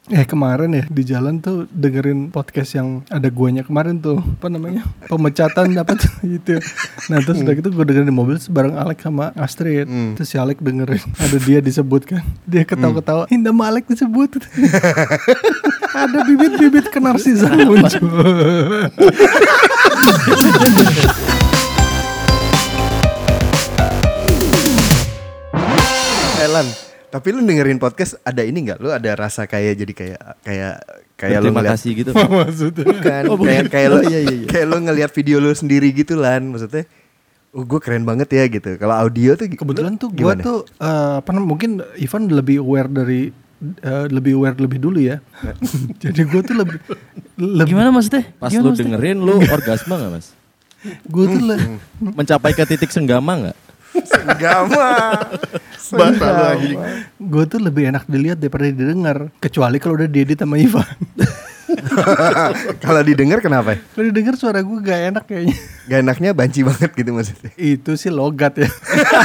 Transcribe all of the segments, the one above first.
Kemarin ya di jalan tuh dengerin podcast yang ada guanya kemarin tuh, apa namanya, pemecatan dapat gitu. Nah terus udah gitu gue dengerin di mobil bareng Alek sama Astrid. Terus si Alek dengerin ada dia disebut kan, dia ketawa-ketawa, nama Alek disebut. Ada bibit-bibit kenarsisan muncul. Elan, tapi lu dengerin podcast ada ini nggak? Lu ada rasa kayak lu terima ngeliat, kasih gitu. Maksudnya bukan, kayak lu kayak lu ngelihat video lu sendiri gitu Lan, maksudnya. Gue keren banget ya gitu. Kalau audio tuh kebetulan tuh gue gimana? tuh mungkin Ivan lebih aware lebih dulu ya. Jadi gue tuh lebih Gimana maksudnya? Pas Gimana lu maksudnya? dengerin lu orgasme gak mas? gue tuh Mencapai ke titik senggama gak? Senggama. gue tuh lebih enak dilihat daripada didengar, kecuali kalau udah diedit sama Ivan. Kalau didengar kenapa? Kalau didengar suara gue gak enak kayaknya. Gak enaknya banci banget gitu maksudnya. Itu sih logat ya.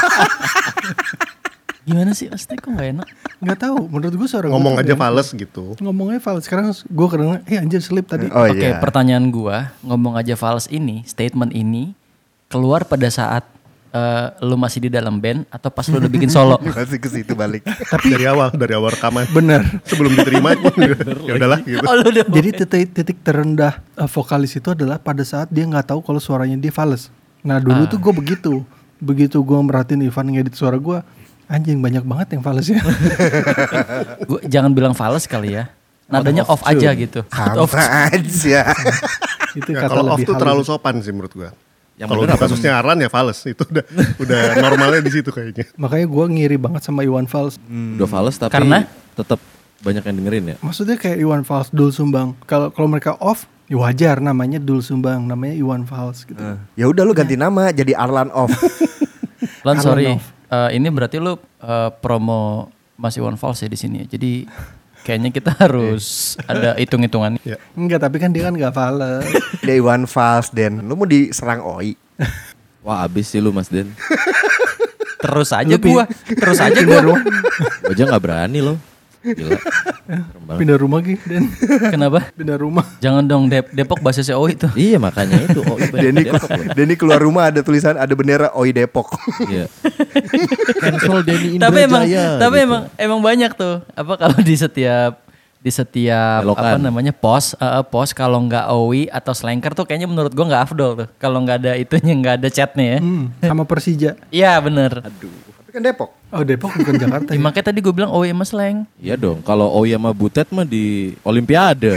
Gimana sih? Maksudnya kok gak enak? Gak tahu. Menurut gue suara Ngomong gue aja enak. fales gitu. Ngomongnya fals. Sekarang gue kedengeran, anjir slip tadi. Oh Oke, iya. pertanyaan gua, ngomong aja fals ini, statement ini keluar pada saat lu masih di dalam band atau pas lu udah bikin solo? Masih ke situ balik. Dari awal rekaman. Bener. Sebelum diterima ya udahlah gitu. Oh, lu udah. Jadi titik terendah vokalis itu adalah pada saat dia nggak tahu kalau suaranya dia fals. Nah dulu tuh gue begitu gue merhatiin Ivan ngedit suara gue, anjing banyak banget yang fals ya. Gua jangan bilang fals kali ya. Nadanya off aja gitu. Sama aja. Itu Ya, kata kalau off lebih tuh halus. terlalu sopan sih menurut gua. Yang Kalau bener apa? kasusnya Arlan ya fales itu udah normalnya di situ kayaknya. Makanya gue ngiri banget sama Iwan Fals. Udah fals tapi Karena? tetap banyak yang dengerin ya. Maksudnya kayak Iwan Fals, Dul Sumbang. Kalau mereka off, ya wajar namanya Dul Sumbang, namanya Iwan Fals gitu. Ya udah lu ganti nama jadi Arlan Off. Lan sorry, Arlanov. ini berarti lu promo Mas Iwan Fals ya di sini ya. Jadi kayaknya kita harus ada hitung-hitungan. Enggak, tapi kan dia kan gak fals. Dia Iwan Fals Den. Lu mau diserang Oi? Wah abis sih lu mas Den. Terus aja gua. Gua aja gak berani loh. Gila. Serem banget. Pindah rumah gitu dan Kenapa? pindah rumah. Jangan dong Depok bahasa Oi itu. Iya makanya itu. Oh, Denny keluar rumah ada tulisan, ada bendera Oi Depok. Iya. Cancel Denny Tapi Indrajaya. gitu. emang banyak tuh. Apa kalau di setiap Belokan. apa namanya pos kalau nggak Owi atau Slanker tuh kayaknya menurut gua nggak afdol tuh. Kalau nggak ada itunya, nggak ada chatnya ya. Sama Persija. Iya bener. Tapi kan Depok. Oh Depok bukan Jakarta Ya, ya? makanya tadi gue bilang Owi sama Slang. Iya dong. Kalau Oi sama Butet mah di Olimpiade.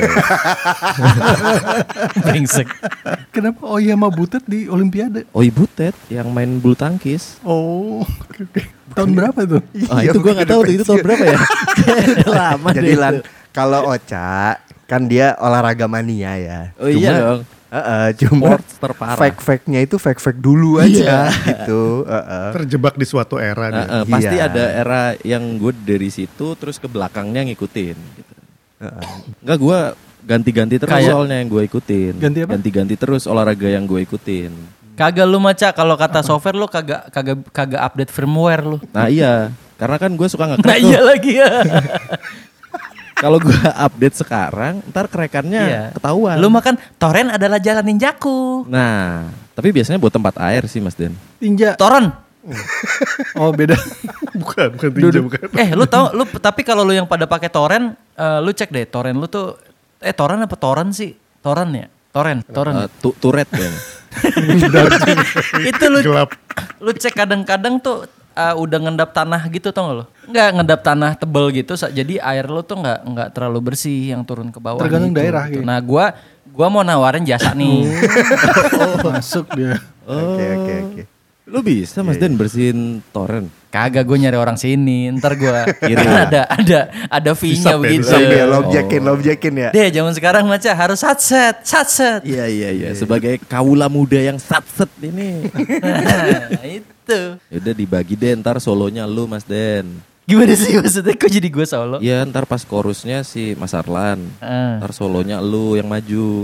Brengsek. Kenapa Oyama Butet di Olimpiade? Oi Butet yang main bulu tangkis. Oh, oke. Tahun berapa tuh? Ah Iya, itu gue nggak tahu tuh itu tahun berapa ya. Lama Jadi deh Lan, itu. kalau Ocha kan dia olahraga mania ya. Oh iya dong. Cuma Sports terparah. fake-fake-nya itu fake-fake dulu aja gitu. Terjebak di suatu era dia. Pasti Iya. ada era yang gue dari situ terus ke belakangnya ngikutin. Gitu. Enggak gue ganti-ganti terus Kayak- soalnya yang gue ikutin. Ganti apa? Ganti-ganti terus olahraga yang gue ikutin. Kagak lu maca kalau kata software lu kagak update firmware lu. Nah iya, karena kan gue suka Nah nge-crack iya tuh. lagi ya. Kalau gue update sekarang, ntar krekannya Iya. ketahuan. Lu makan torrent adalah jalan ninjaku. Nah, tapi biasanya buat tempat air sih Mas Den. Tinja. Torrent. Oh beda. Bukan tinja bukan. Lu tahu lu tapi kalau lu yang pada pakai torrent, lu cek deh torrent lu tuh torrent apa torrent sih? Torrent ya? Torrent. Turet kayaknya. Itu lu Gelap. lu cek kadang-kadang tuh udah ngendap tanah gitu tau gak lu? Enggak ngendap tanah tebel gitu jadi air lu tuh enggak terlalu bersih yang turun ke bawah. Tergantung gitu, daerah, gitu. gitu. Nah, gua mau nawarin jasa nih. Oh, masuk dia. Oke. Lu bisa Mas Den bersihin torrent? Kagak, gue nyari orang sini. Ntar gue kan ada fee-nya Disap ya, begitu. Sambil lo objekin ya. Deh, zaman sekarang maca harus satset. Iya. Sebagai kaula muda yang satset ini. Nah, itu. Yaudah dibagi deh ntar solonya lu Mas Den. Gimana sih maksudnya? Kok jadi gue solo? Iya ntar pas chorusnya si Mas Arlan. Ah. Ntar solonya lu yang maju. Cak,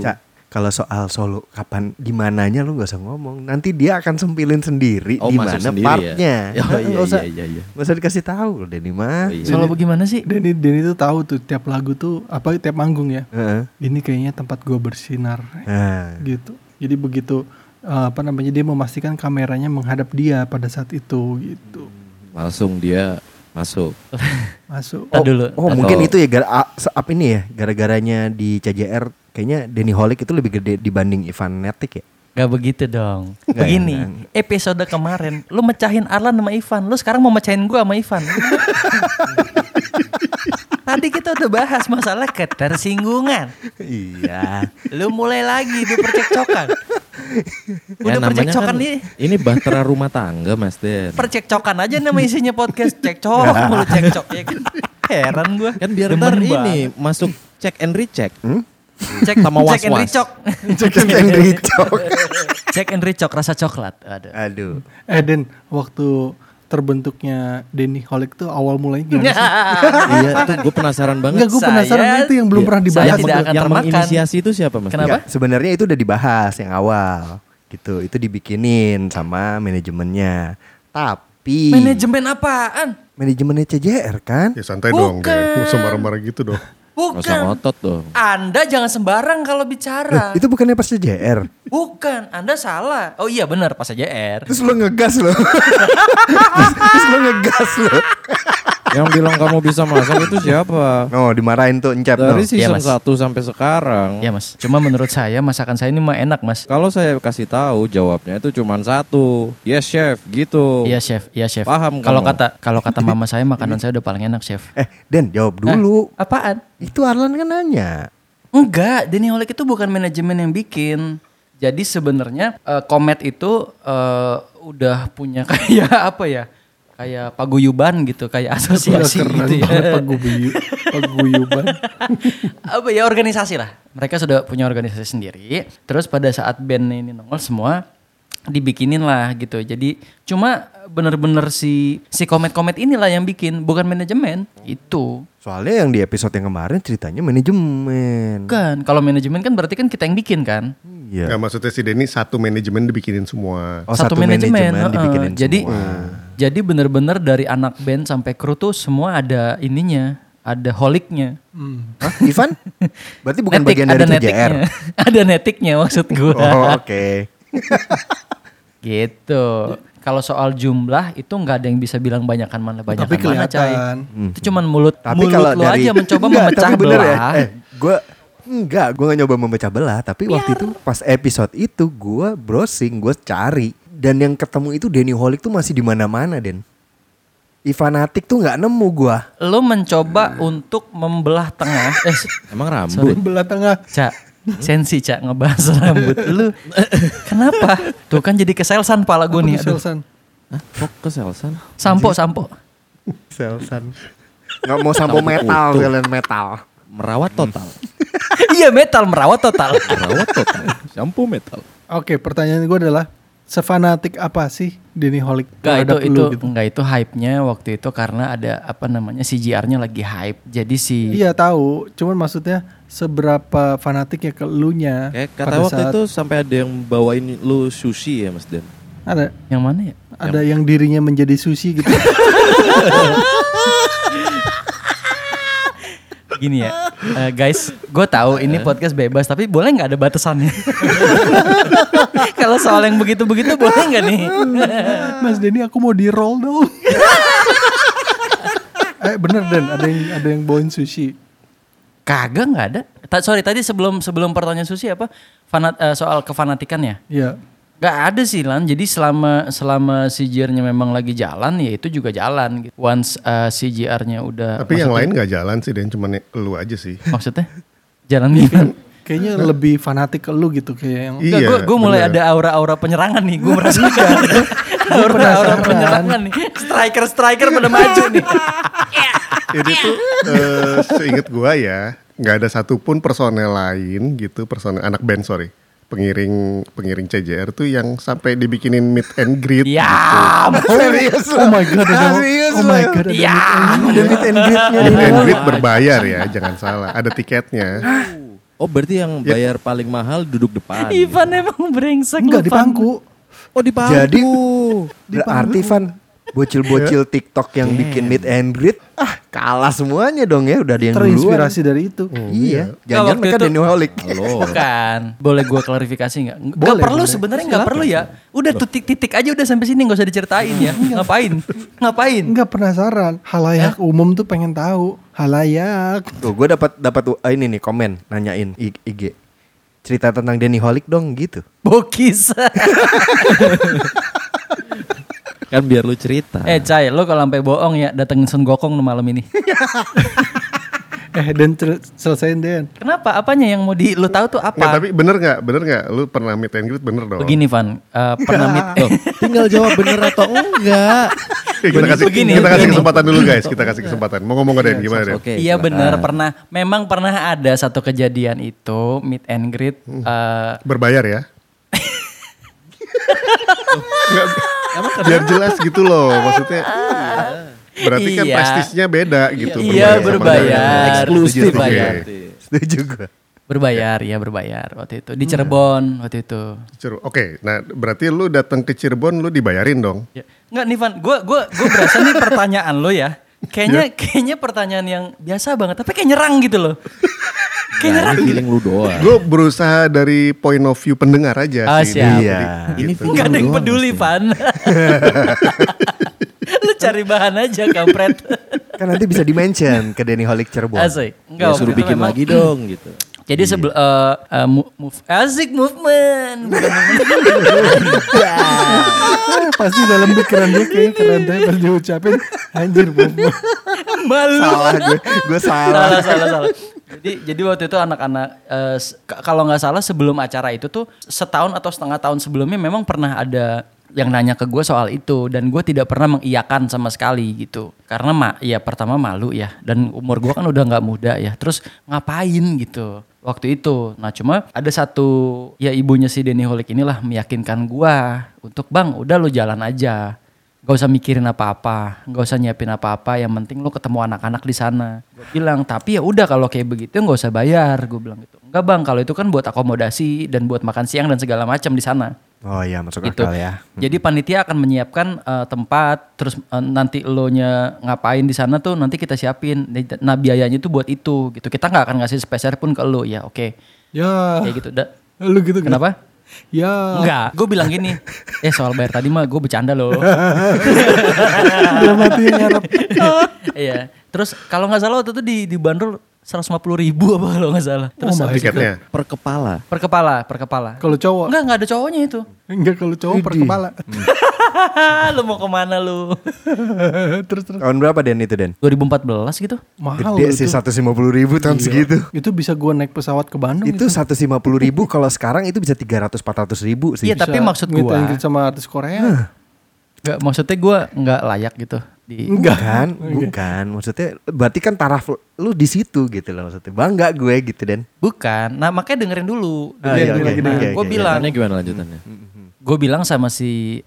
kalau soal solo kapan gimananya lu gak usah ngomong. Nanti dia akan sempilin sendiri di masuk mana sendiri partnya. ya? Oh, Nggak usah, iya. nggak usah dikasih tahu Denny mah. Oh, iya. Solo bagaimana sih? Denny tuh tahu tuh tiap lagu tuh apa tiap manggung ya. Heeh. Ini kayaknya tempat gue bersinar Nah, gitu. Jadi begitu dia memastikan kameranya menghadap dia pada saat itu gitu. Langsung dia masuk. Masuk. Tar dulu. mungkin itu ya gara-garanya di CJR kayaknya Denny Holic itu lebih gede dibanding Ivan Netic ya. Gak begitu dong. Nggak, Begini, ya, episode kemarin lu mecahin Arlan sama Ivan, lu sekarang mau mecahin gua sama Ivan. Tadi kita udah bahas masalah ketersinggungan. Iya. Lu mulai lagi di percekcokan. Udah percekcokan nih. Ini bahtera rumah tangga Mas Den. Percekcokan aja nama isinya podcast. Cekcok mulu cekcok ya kan. Heran gua. Kan biar Demen ntar banget. ini masuk check and recheck. Cek sama cek and was-was. ricok. Cek and ricok. Cek and ricok rasa coklat. Aduh. Aduh. Den, waktu terbentuknya Denny Holic tuh awal mulanya gimana sih? Iya, itu gue penasaran banget. Enggak, gue penasaran Saya- itu yang belum pernah dibahas. saya tidak akan yang termakan. menginisiasi itu siapa Mas? Kenapa? Nggak, sebenarnya itu udah dibahas yang awal. Gitu. Itu dibikinin sama manajemennya. Tapi Manajemen apaan? manajemennya CJR kan? Ya santai dong, Bukan. Gak usah marah-marah gitu dong. Nggak usah Bukan. ngotot dong. Anda jangan sembarang kalau bicara. Itu bukannya pas CJR. Bukan, Anda salah. Oh iya benar pas JR. Terus lo ngegas lo. Terus lo ngegas lo. Yang bilang kamu bisa masak itu siapa? Oh, dimarahin tuh Encep no. Dari Iya, season Mas. 1 sampai sekarang. Ya mas, cuma menurut saya masakan saya ini mah enak mas. Kalau saya kasih tahu jawabnya itu cuma satu. Yes chef, gitu. Iya chef, iya chef. Paham Kalau kamu? kalau kata mama saya makanan saya udah paling enak chef. Den, jawab dulu. Apaan? Itu Arlan kan nanya. Enggak, Denny Holic itu bukan manajemen yang bikin. Jadi sebenarnya Komet itu udah punya kayak apa ya? Kayak paguyuban gitu, kayak asosiasi gitu ya. Paguyuban. Apa ya, organisasi lah. Mereka sudah punya organisasi sendiri. Terus pada saat band ini nongol semua dibikinin lah gitu. Jadi cuma bener-bener si Komet inilah yang bikin, bukan manajemen. Itu. Soalnya yang di episode yang kemarin ceritanya manajemen. Bukan. Kalau manajemen kan berarti kan kita yang bikin kan. Iya. Nggak, maksudnya si Denny satu manajemen dibikinin semua. Oh, satu manajemen dibikinin Jadi semua. jadi bener-bener dari anak band sampai kru tuh semua ada ininya, ada holiknya. Hah, Ivan? Berarti bukan Netik, bagian ada dari CJR. netiknya. Ada netiknya maksud gua. Oh, oke. Gitu. Kalau soal jumlah itu nggak ada yang bisa bilang banyakan mana banyakan Tapi mana Cai. kelihatan. Itu cuman mulut Tapi mulut kalau lu dari aja mencoba Enggak, memecah tapi bener belah. ya. Gue gak nyoba memecah belah. Tapi waktu itu pas episode itu gue browsing, gue cari. Dan yang ketemu itu Denny Holic tuh masih di mana-mana, Den. Ivanatik tuh nggak nemu gue. Lu mencoba untuk membelah tengah. Emang rambut? Belah tengah. Cak, sensi Cak ngebahas rambut lu. Kenapa? Tuh kan jadi keselsan pala gue nih. Aduh. Selsan. Hah? Kok keselsan? Sampo. Selsan. Nggak mau sampo metal, kalian metal. Merawat total. Iya metal merawat total. Merawat total. Shampoo metal. Oke, pertanyaan gue adalah sefanatik apa sih Denny Holic Enggak terhadap itu lu gitu? enggak itu hype-nya waktu itu karena ada apa namanya CGR-nya lagi hype. Jadi Iya tahu, cuman maksudnya seberapa fanatiknya ke elunya. Kayak kata pada waktu saat itu sampai ada yang bawain lu sushi ya Mas Den. ada yang mana ya? ada yang dirinya menjadi sushi gitu. Gini ya, guys, gue tahu ini podcast bebas, tapi boleh nggak ada batasannya? Kalau soal yang begitu-begitu boleh nggak nih? Mas Denny aku mau di roll dong. Bener Den, ada yang bawain sushi. Kagak nggak ada. Tadi sebelum pertanyaan Susi apa? Soal kefanatikannya. Iya. Gak ada sih Lan. Jadi selama CGR-nya memang lagi jalan, ya itu juga jalan. Gitu. Once CGR-nya udah. Tapi yang lain gak jalan sih, Dan cuman lu aja sih. Maksudnya jalan gitu. Kayaknya lebih fanatik ke lu gitu kayak yang Iya, Gue mulai bener. ada aura-aura penyerangan nih. Gue merasakan aura-aura penyerangan nih. Striker pada maju nih. Jadi tuh seinget gua ya, nggak ada satupun personel lain gitu, personel anak band pengiring CJR tuh yang sampai dibikinin meet and greet. Ya, Serius Oh my god, Serius oh my lo? god, ada Ada meet and greet-nya. Meet and greet berbayar ya, jangan salah. Ada tiketnya. Oh berarti yang bayar paling mahal duduk depan. Ivan emang brengsek. Enggak lu, di Van. pangku. Oh di pangku. Jadi berarti Van bocil-bocil TikTok yang bikin meet and greet kalah semuanya dong ya, udah ada yang duluan. Terinspirasi dari itu. Iya, Nggak, jangan waktu mereka itu- Deniholic. Halo. Bukan. Boleh gue klarifikasi nggak? Nggak Boleh, perlu boleh. sebenarnya nggak perlu ya. Udah titik-titik aja udah sampai sini nggak usah diceritain ya. Ngapain? Enggak penasaran. Halayak umum tuh pengen tahu. Halayak. Tuh, gue dapat ini nih komen nanyain IG. Cerita tentang Deniholic dong gitu. Bokis. Kan biar lu cerita. Cai, lo kalau sampai bohong ya datengin Sun Gokong malam ini. Dan selesain Den. Kenapa? Apanya yang mau lu tahu tuh Nggak, apa? tapi bener nggak? Lu pernah meet and greet bener dong? Begini Van, pernah meet. Tinggal jawab bener atau enggak. Kita kasih kesempatan dulu guys. Kita kasih kesempatan. Mau ngomong ke Den gimana Den? Oke. Iya silakan. benar memang pernah ada satu kejadian itu meet and greet. Berbayar ya? Nggak, biar jelas gitu loh maksudnya. Berarti kan Iya. prestisnya beda gitu. Iya sama berbayar, Eksklusif. berbayar, Setuju gue. berbayar waktu itu di Cirebon waktu itu. Oke, nah berarti lu datang ke Cirebon lu dibayarin dong. Ya. Enggak nih Van, gue berasa nih pertanyaan lo ya. Kayaknya pertanyaan yang biasa banget, tapi kayak nyerang gitu loh. Kayak nyerang. Ini feeling lu doang. Gue berusaha dari point of view pendengar aja Ah, sih. siap. Iya. Ini Gitu. Gak ada yang peduli Van. Lu cari bahan aja kampret. Kan nanti bisa di-mention ke Deniholic Cirebon. Asik. Ya, Enggak suruh waktu itu bikin memang- lagi dong gitu. Jadi asik movement. Pasti dalam pikiran dia kayak keren tapi pas diucapin anjir bobo. Malu. Salah gue salah. Salah. Jadi waktu itu anak-anak kalau nggak salah sebelum acara itu tuh setahun atau setengah tahun sebelumnya memang pernah ada yang nanya ke gue soal itu dan gue tidak pernah mengiyakan sama sekali gitu karena ya pertama malu ya dan umur gue kan udah nggak muda ya terus ngapain gitu waktu itu. Nah cuma ada satu ya ibunya si Deniholic inilah meyakinkan gue untuk bang udah lo jalan aja. Gak usah mikirin apa-apa, gak usah nyiapin apa-apa. Yang penting lo ketemu anak-anak di sana. Gue bilang, tapi ya udah kalau kayak begitu gak usah bayar. Gue bilang gitu. Enggak bang, kalau itu kan buat akomodasi dan buat makan siang dan segala macam di sana. Oh iya masuk Gitu. akal ya. Jadi panitia akan menyiapkan tempat, terus nanti lo nya ngapain di sana tuh nanti kita siapin. Nah biayanya itu buat itu gitu. Kita nggak akan ngasih spesial pun ke lo ya, oke. Ya. Kayak gitu. Lu gitu kan? Kenapa? Ya. Enggak, gue bilang gini. Soal bayar tadi mah gue bercanda loh. Dia mati ngarep. Iya. Terus kalau nggak salah waktu itu dibanderol 150.000 apa kalau nggak salah. Terus Oh my habis itu Tiketnya. Per kepala. per kepala. Kalau cowok. Nggak ada cowoknya itu. Enggak kalau cowok per kepala. Lu mau kemana lu? terus. Tahun berapa Den itu Den? 2014 gitu. Mahal Gede loh sih itu. 150.000 tahun segitu. Itu bisa gua naik pesawat ke Bandung Itu 150.000 kalau sekarang itu bisa 300-400.000 sih. Iya, tapi maksud meet and gua greet sama artis Korea. nggak maksudnya gue nggak layak gitu di Enggak. Bukan. Maksudnya berarti kan taraf lu di situ gitu loh maksudnya. Bangga gue gitu Den. bukan. Nah makanya dengerin dulu. Ah, iya, oke, Nah, oke, gue oke. bilang, Lanjutannya gimana lanjutannya? gue bilang sama si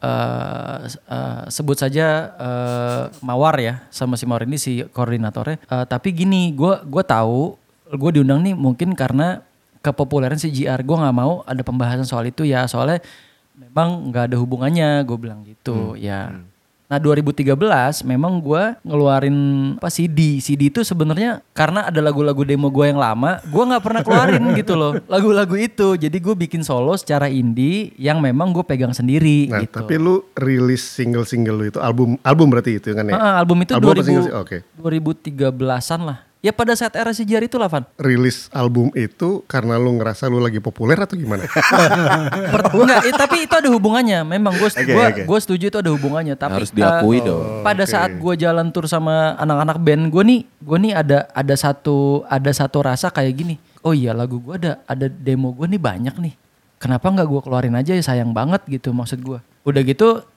sebut saja Mawar ya, sama si Mawar ini si koordinatornya. Tapi gini, gue tahu gue diundang nih mungkin karena kepopuleran si GR. Gue nggak mau ada pembahasan soal itu ya, soalnya memang nggak ada hubungannya. Gue bilang gitu ya. Nah 2013 memang gue ngeluarin CD itu sebenarnya karena ada lagu-lagu demo gue yang lama, gue nggak pernah keluarin gitu loh lagu-lagu itu. Jadi gue bikin solo secara indie yang memang gue pegang sendiri. Nah, gitu. tapi lu rilis single-single lu itu album berarti itu kan ya? Album itu Album apa single sih? Oke. 2013-an lah. Ya pada saat era si Jari itu lah Van. Rilis album itu karena lu ngerasa lu lagi populer atau gimana? Enggak, tapi itu ada hubungannya. Memang gue Oke. setuju itu ada hubungannya. Tapi Harus diakui dong. pada saat gue jalan tur sama anak-anak band gue nih ada satu rasa kayak gini. Oh iya lagu gue ada demo gue nih banyak nih. Kenapa nggak gue keluarin aja ya sayang banget gitu maksud gue. Udah gitu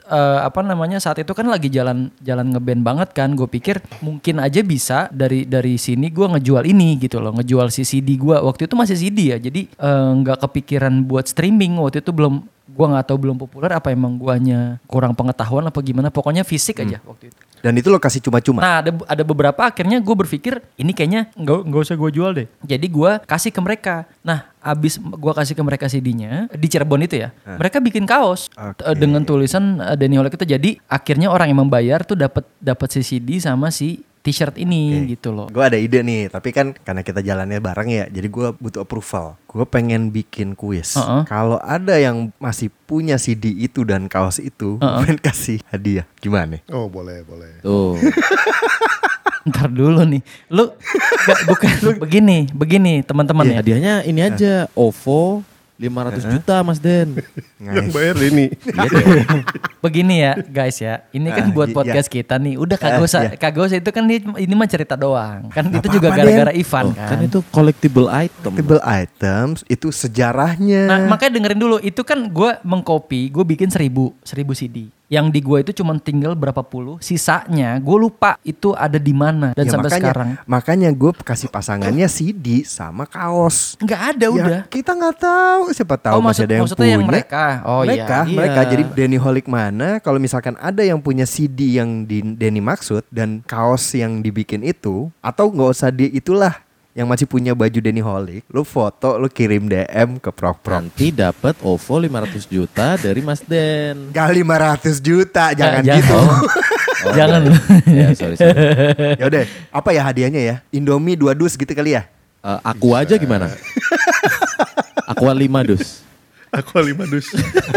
saat itu kan lagi jalan ngeband banget kan. Gue pikir mungkin aja bisa dari sini gue ngejual ini gitu loh, ngejual si CD gue. Waktu itu masih CD ya, jadi nggak kepikiran buat streaming. Waktu itu gue nggak tahu belum populer apa emang guanya kurang pengetahuan apa gimana. Pokoknya fisik aja waktu itu. Dan itu lo kasih cuma-cuma. Nah ada beberapa akhirnya gue berpikir ini kayaknya nggak usah gue jual deh. Jadi gue kasih ke mereka. Nah abis gue kasih ke mereka CD-nya di Cirebon itu ya, mereka bikin kaos dengan tulisan Danny Holic itu. Jadi akhirnya orang yang membayar tuh dapat si CD sama si t-shirt ini gitu loh. Gue ada ide nih, tapi kan karena kita jalannya bareng ya, jadi gue butuh approval. Gue pengen bikin kuis. Kalau ada yang masih punya CD itu dan kaos itu, gue pengen kasih hadiah. Gimana? Oh boleh. Tuh. Ntar dulu nih, bukan begini teman-teman ya. Hadiahnya ini aja, OVO 500 juta Mas Den. Yang bayar ini. Begini ya guys ya, ini kan buat podcast kita nih. Udah kagak usah itu kan ini mah cerita doang. Kan itu juga gara-gara Ivan kan. Kan itu collectible item. Collectible items itu sejarahnya. Nah makanya dengerin dulu, itu kan gue mengcopy, gue bikin 1000 CD. Yang di gue itu cuma tinggal berapa puluh, sisanya gue lupa itu ada di mana dan sampai sekarang. Makanya gue kasih pasangannya CD sama kaos. Nggak ada udah. Kita nggak tahu, siapa tahu masih ada yang maksudnya punya. Yang mereka. Oh mereka. iya. Jadi Danny Holic mana? Kalau misalkan ada yang punya CD yang Danny maksud dan kaos yang dibikin itu, atau nggak usah itulah. Yang masih punya baju Danny Holic, lu foto, lu kirim DM ke Prok. Nanti dapat OVO 500 juta dari Mas Den. Gak 500 juta, jangan gitu. Jangan. Ya, sorry. Ya udah, apa ya hadiahnya ya? Indomie 2 dus gitu kali ya? Aqua aja gimana? Aqua 5 dus. Aqua 5 dus.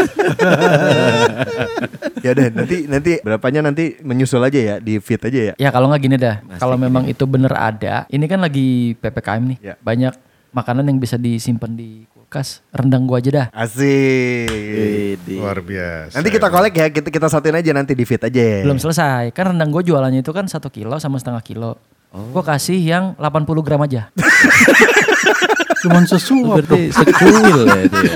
Ya udah, nanti berapanya nanti menyusul aja ya, di feed aja ya. Ya kalau nggak gini dah, kalau memang itu bener ada, ini kan lagi PPKM nih, Ya. banyak makanan yang bisa disimpan di kulkas. Rendang gua aja dah. Asik. Luar biasa. Nanti kita kolek ya, kita satuin aja nanti di feed aja ya. Belum selesai, kan rendang gua jualannya itu kan 1 kilo sama setengah kilo. Gua kasih yang 80 gram aja. Cuman sesuap dong. Berarti secuil ya itu ya.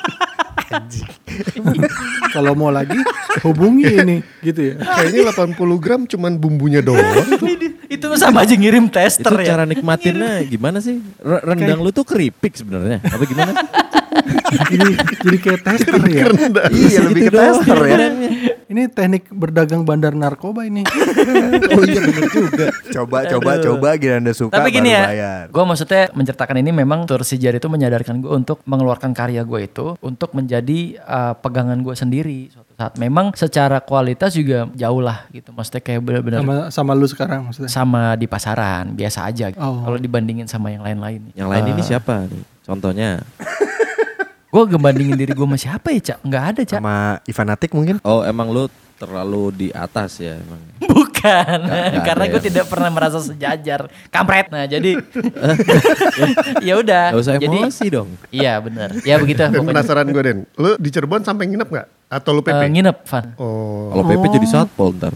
Kalau mau lagi hubungi ini gitu ya. Kayaknya 80 gram cuman bumbunya doang. Itu sama aja ngirim tester Itu ya. cara nikmatinnya gimana sih? Rendang lu tuh keripik sebenarnya. Apa gimana? jadi kayak tester ya. Iya, lebih ke tester ya. Ini teknik berdagang bandar narkoba ini. Oh iya bener juga. Coba gila Anda suka Tapi gini baru ya, bayar. gue maksudnya menceritakan ini memang Tur si Jar itu menyadarkan gue untuk mengeluarkan karya gue itu untuk menjadi pegangan gue sendiri suatu saat. Memang secara kualitas juga jauh lah gitu. Maksudnya kayak benar-benar Sama lu sekarang maksudnya. sama di pasaran biasa aja gitu. Oh. Kalau dibandingin sama yang lain-lain. Yang lain ini siapa nih? Contohnya. Gue ngebandingin diri gue sama siapa ya, Cak? Nggak ada, Cak. Sama Ivanatik mungkin. Oh emang lu terlalu di atas ya emang. Bukan, Nggak karena ada gue ya? tidak pernah merasa sejajar, kampret. Nah jadi, ya udah. Gak usah Jadi, emosi dong. iya benar. Ya begitu. Dan pokoknya. penasaran gue Den, lu di Cirebon sampai nginep gak? Atau lu PP? Nginep, Van. Oh, Kalau PP jadi satpol ntar.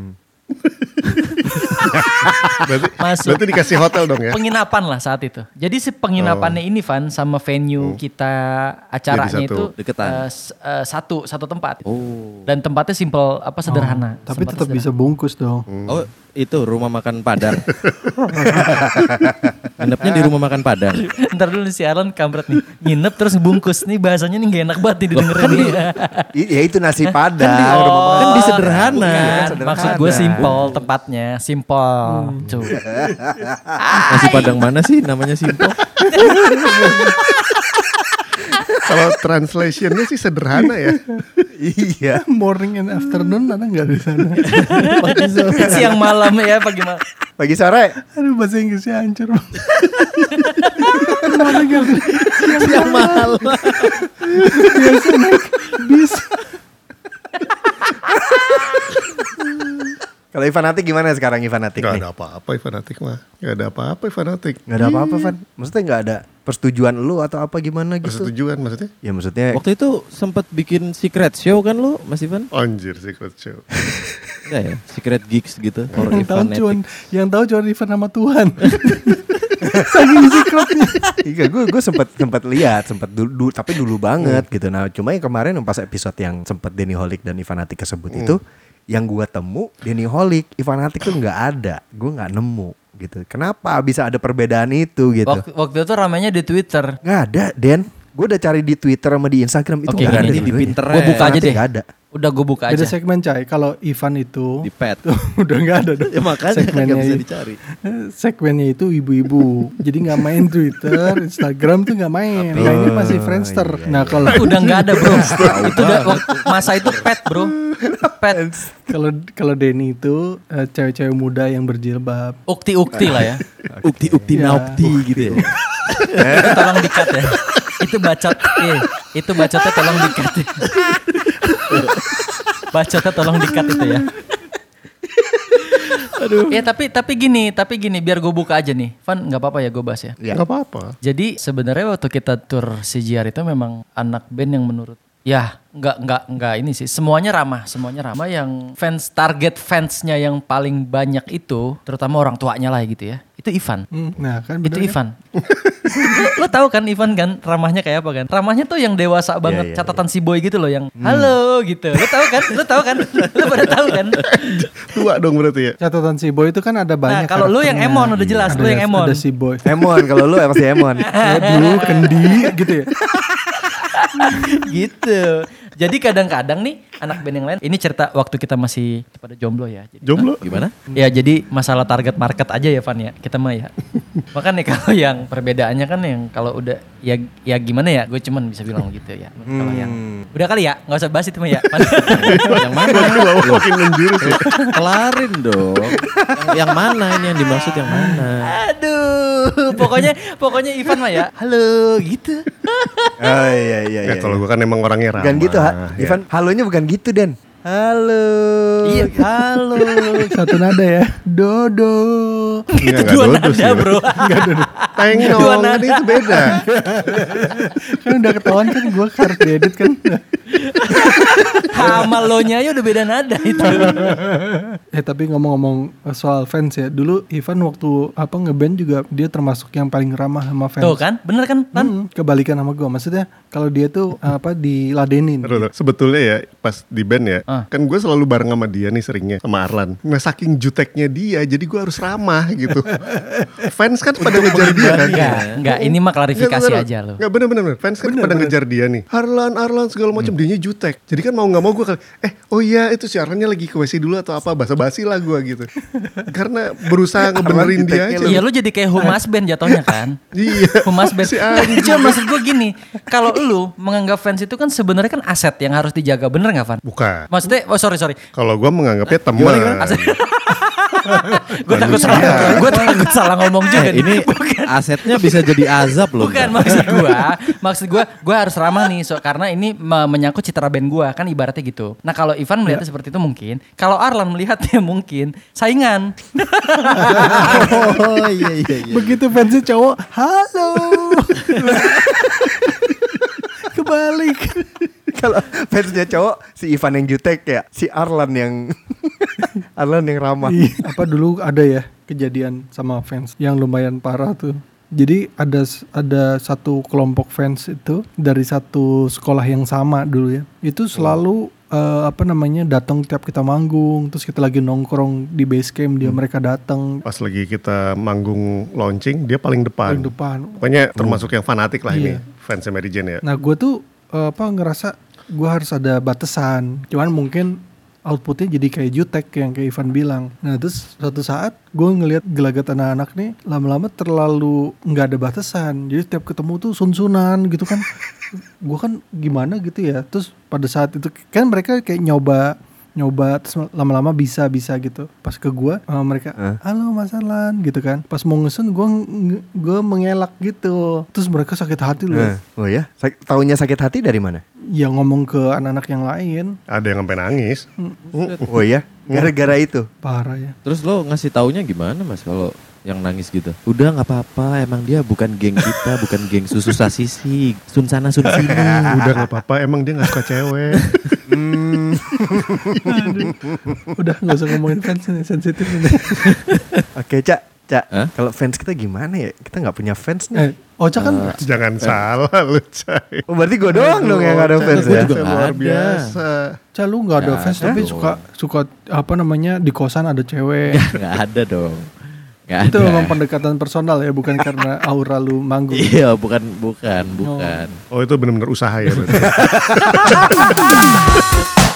berarti dikasih hotel dong ya? Penginapan lah saat itu. Jadi si penginapannya ini Van sama venue kita acaranya Jadi satu. itu Deketan. satu tempat. Oh. Dan tempatnya simple sederhana. Tapi Tempatnya tetap bisa bungkus dong. Oh itu rumah makan Padang. Nginepnya di rumah makan Padang. Ntar dulu si Alan kampret nih. Nginep terus bungkus. Nih bahasanya nih gak enak banget nih didengerin nih. Ya itu nasi Padang. Kan di sederhana. Bukan. Maksud gue simple tempatnya. Simple. Cuy. Nasi Padang mana sih namanya Simpo? Kalau translationnya sih sederhana ya. Iya. Morning and afternoon ada nggak di sana? Siang malam ya apa gimana? Pagi sore. Aduh bahasa Inggrisnya hancur. Siang malam. Biasa naik bis. Kalau Ivanatik gimana sekarang Ivanatik Gak nih? ada apa-apa Ivanatik mah. Gak ada apa-apa Ivanatik. Gak ada apa-apa Van. Maksudnya gak ada persetujuan lu atau apa gimana gitu? Persetujuan maksudnya? Ya maksudnya Waktu itu sempat bikin secret show kan lu Mas Ivan? Anjir secret show. Enggak ya? Secret gigs gitu. For Yang tahu Ivanatic. cuman Ivan sama Tuhan. Saking secretnya. Iya, gue sempat lihat, tapi dulu banget gitu. Nah, cuma yang kemarin pas episode yang sempat Denny Holic dan Ivan Atik kesebut itu, yang gue temu Denny Holic, Ivan Atik tuh nggak ada, gue nggak nemu gitu. Kenapa bisa ada perbedaan itu gitu? Waktu itu ramainya di Twitter. Nggak ada, Den. Gue udah cari di Twitter sama di Instagram itu Oke, nggak ada. ini di dua-duanya. Pinterest. Gue buka aja deh. Nggak ada. Udah gue buka Beda aja. segmen Cai. Kalau Ivan itu Di pet. udah nggak ada dong. Ya makanya Segmennya nggak bisa itu. dicari. Segmennya itu ibu-ibu. Jadi nggak main Twitter, Instagram tuh nggak main. Mainnya masih Friendster. Nah kalau Udah nggak ada bro. Itu udah masa itu pet bro. Pet. kalau Denny itu cewek-cewek muda yang berjilbab. Ukti-ukti lah ya. Ukti-ukti Ya. naukti gitu ya. Itu tolong dikat ya. Itu bacot. Itu bacotnya tolong dikat ya. Bacotnya tolong dikat itu ya. Aduh. Ya tapi gini biar gue buka aja nih. Van nggak apa-apa ya gue bahas ya. Ya. Gak apa-apa. Jadi sebenarnya waktu kita tour CJR itu memang anak band yang menurut ya nggak ini sih semuanya ramah yang target fansnya yang paling banyak itu terutama orang tuanya lah gitu ya itu Ivan. Nah kan Itu bener kan? Ivan. Lo tahu kan Ivan kan ramahnya kayak apa kan? Ramahnya tuh yang dewasa banget, iya, catatan si boy gitu loh yang halo gitu. Lo tahu kan? Lo pada tahu kan? Tua dong berarti ya. Catatan si Boy itu kan ada banyak. Nah, kalau lu yang karakternya. Emon udah jelas, lu yang Emon. Ada si Boy. Emon, kalau lu pasti Emon. Dulu Kendi gitu ya. Gitu. Jadi kadang-kadang nih anak band yang lain ini cerita waktu kita masih pada jomblo ya. Jadi, Jomblo. Gimana? ya jadi masalah target market aja ya Van ya. Kita mah ya. Makanya kalau yang perbedaannya kan yang kalau udah ya gimana ya? Gue cuman bisa bilang gitu ya. Kalau yang udah kali ya, nggak usah bahas itu mah ya. Yang mana? Waduh, makin menjurus ya. Kelarin dong. Yang mana ini yang dimaksud yang mana? Aduh, pokoknya Ivan mah ya. Halo gitu. Oh iya. Ya kalau gue kan emang orangnya ramah. Bukan gitu, ya. Ivan. Halonya bukan gitu, Den. Halo. Iya, halo. Satu nada ya. Dodo. Enggak Dua dodus nada ya. bro. Tengong kan itu beda. Kan udah ketahuan kan gue harus diedit kan. Sama lo nya ya udah beda nada itu. Tapi ngomong-ngomong soal fans ya. Dulu Ivan waktu ngeband juga dia termasuk yang paling ramah sama fans. Tuh kan, bener kan? Kebalikan sama gue. Maksudnya kalau dia tuh diladenin. Terus, sebetulnya ya pas di band ya, kan gue selalu bareng sama dia nih seringnya sama Arlan. Nah saking juteknya dia, jadi gue harus ramah gitu. Fans kan pada ngejar dia kan. Enggak, ini mah klarifikasi aja lo. Enggak bener. Fans kan pada ngejar dia nih. Arlan segala macam dianya jutek. Jadi kan mau nggak mau gue oh iya itu si Arlannya lagi ke WC dulu atau apa basa-basi lah gue gitu. Karena berusaha ngebenerin dia aja. Iya lo jadi kayak humas band jatuhnya kan. Iya. Humas band. Si Nggak, anjing. cuma maksud gue gini, kalau lu menganggap fans itu kan sebenarnya kan aset yang harus dijaga, bener nggak Van? Bukan. Maksudnya, sorry. Kalau gue menganggapnya teman. Gue takut salah ngomong juga nih. Ini asetnya bisa jadi azab loh. Bukan maksud gue harus ramah nih karena ini menyangkut citra band gue kan ibaratnya gitu. Nah kalau Ivan melihatnya seperti itu mungkin, kalau Arlan melihatnya mungkin saingan. Oh iya. Begitu fansnya cowok, halo. Kebalik. Kalau fansnya cowok, si Ivan yang jutek ya, si Arlan yang ramah. Apa dulu ada ya kejadian sama fans yang lumayan parah tuh. Jadi ada satu kelompok fans itu dari satu sekolah yang sama dulu ya. Itu selalu datang tiap kita manggung, terus kita lagi nongkrong di base camp mereka datang. Pas lagi kita manggung launching, dia paling depan. Paling depan. Pokoknya termasuk yang fanatik lah Iya. ini, fansnya Mary Jane ya. Nah gue tuh ngerasa gue harus ada batasan. Cuman mungkin outputnya jadi kayak jutek yang kayak Ivan bilang. Nah terus suatu saat gue ngelihat gelagat anak-anak nih lama-lama terlalu nggak ada batasan. Jadi setiap ketemu tuh sun-sunan gitu kan. Gue kan gimana gitu ya. Terus pada saat itu kan mereka kayak nyoba terus lama-lama bisa gitu. Pas ke gue mereka halo Mas Arlan gitu kan. Pas mau ngesen gue mengelak gitu. Terus mereka sakit hati loh. Oh ya, taunya sakit hati dari mana? Ya ngomong ke anak-anak yang lain. Ada yang sampai nangis. Oh ya, gara-gara itu. Parah ya. Terus lo ngasih taunya gimana Mas kalau yang nangis gitu? Udah nggak apa-apa, emang dia bukan geng kita, bukan geng susu sasisi, sun sana sun sini. Udah gak apa-apa, emang dia gak suka cewek. Udah gak usah ngomongin fans ini, sensitif ini. Oke, Cak. Cak, Hah? kalau fans kita gimana ya? Kita nggak punya fans nih. Ocha kan Jangan salah lu, Cai. Oh, berarti gue doang dong yang gak ada fans Gue ya? juga Luar nggak ada. biasa. Ca lu nggak ada Nggak fans ada tapi dong. suka apa namanya di kosan ada cewek. Nggak ada dong. Nggak Itu ada. memang pendekatan personal ya, bukan karena aura lu manggung. Iya, bukan. Oh itu benar-benar usaha ya berarti.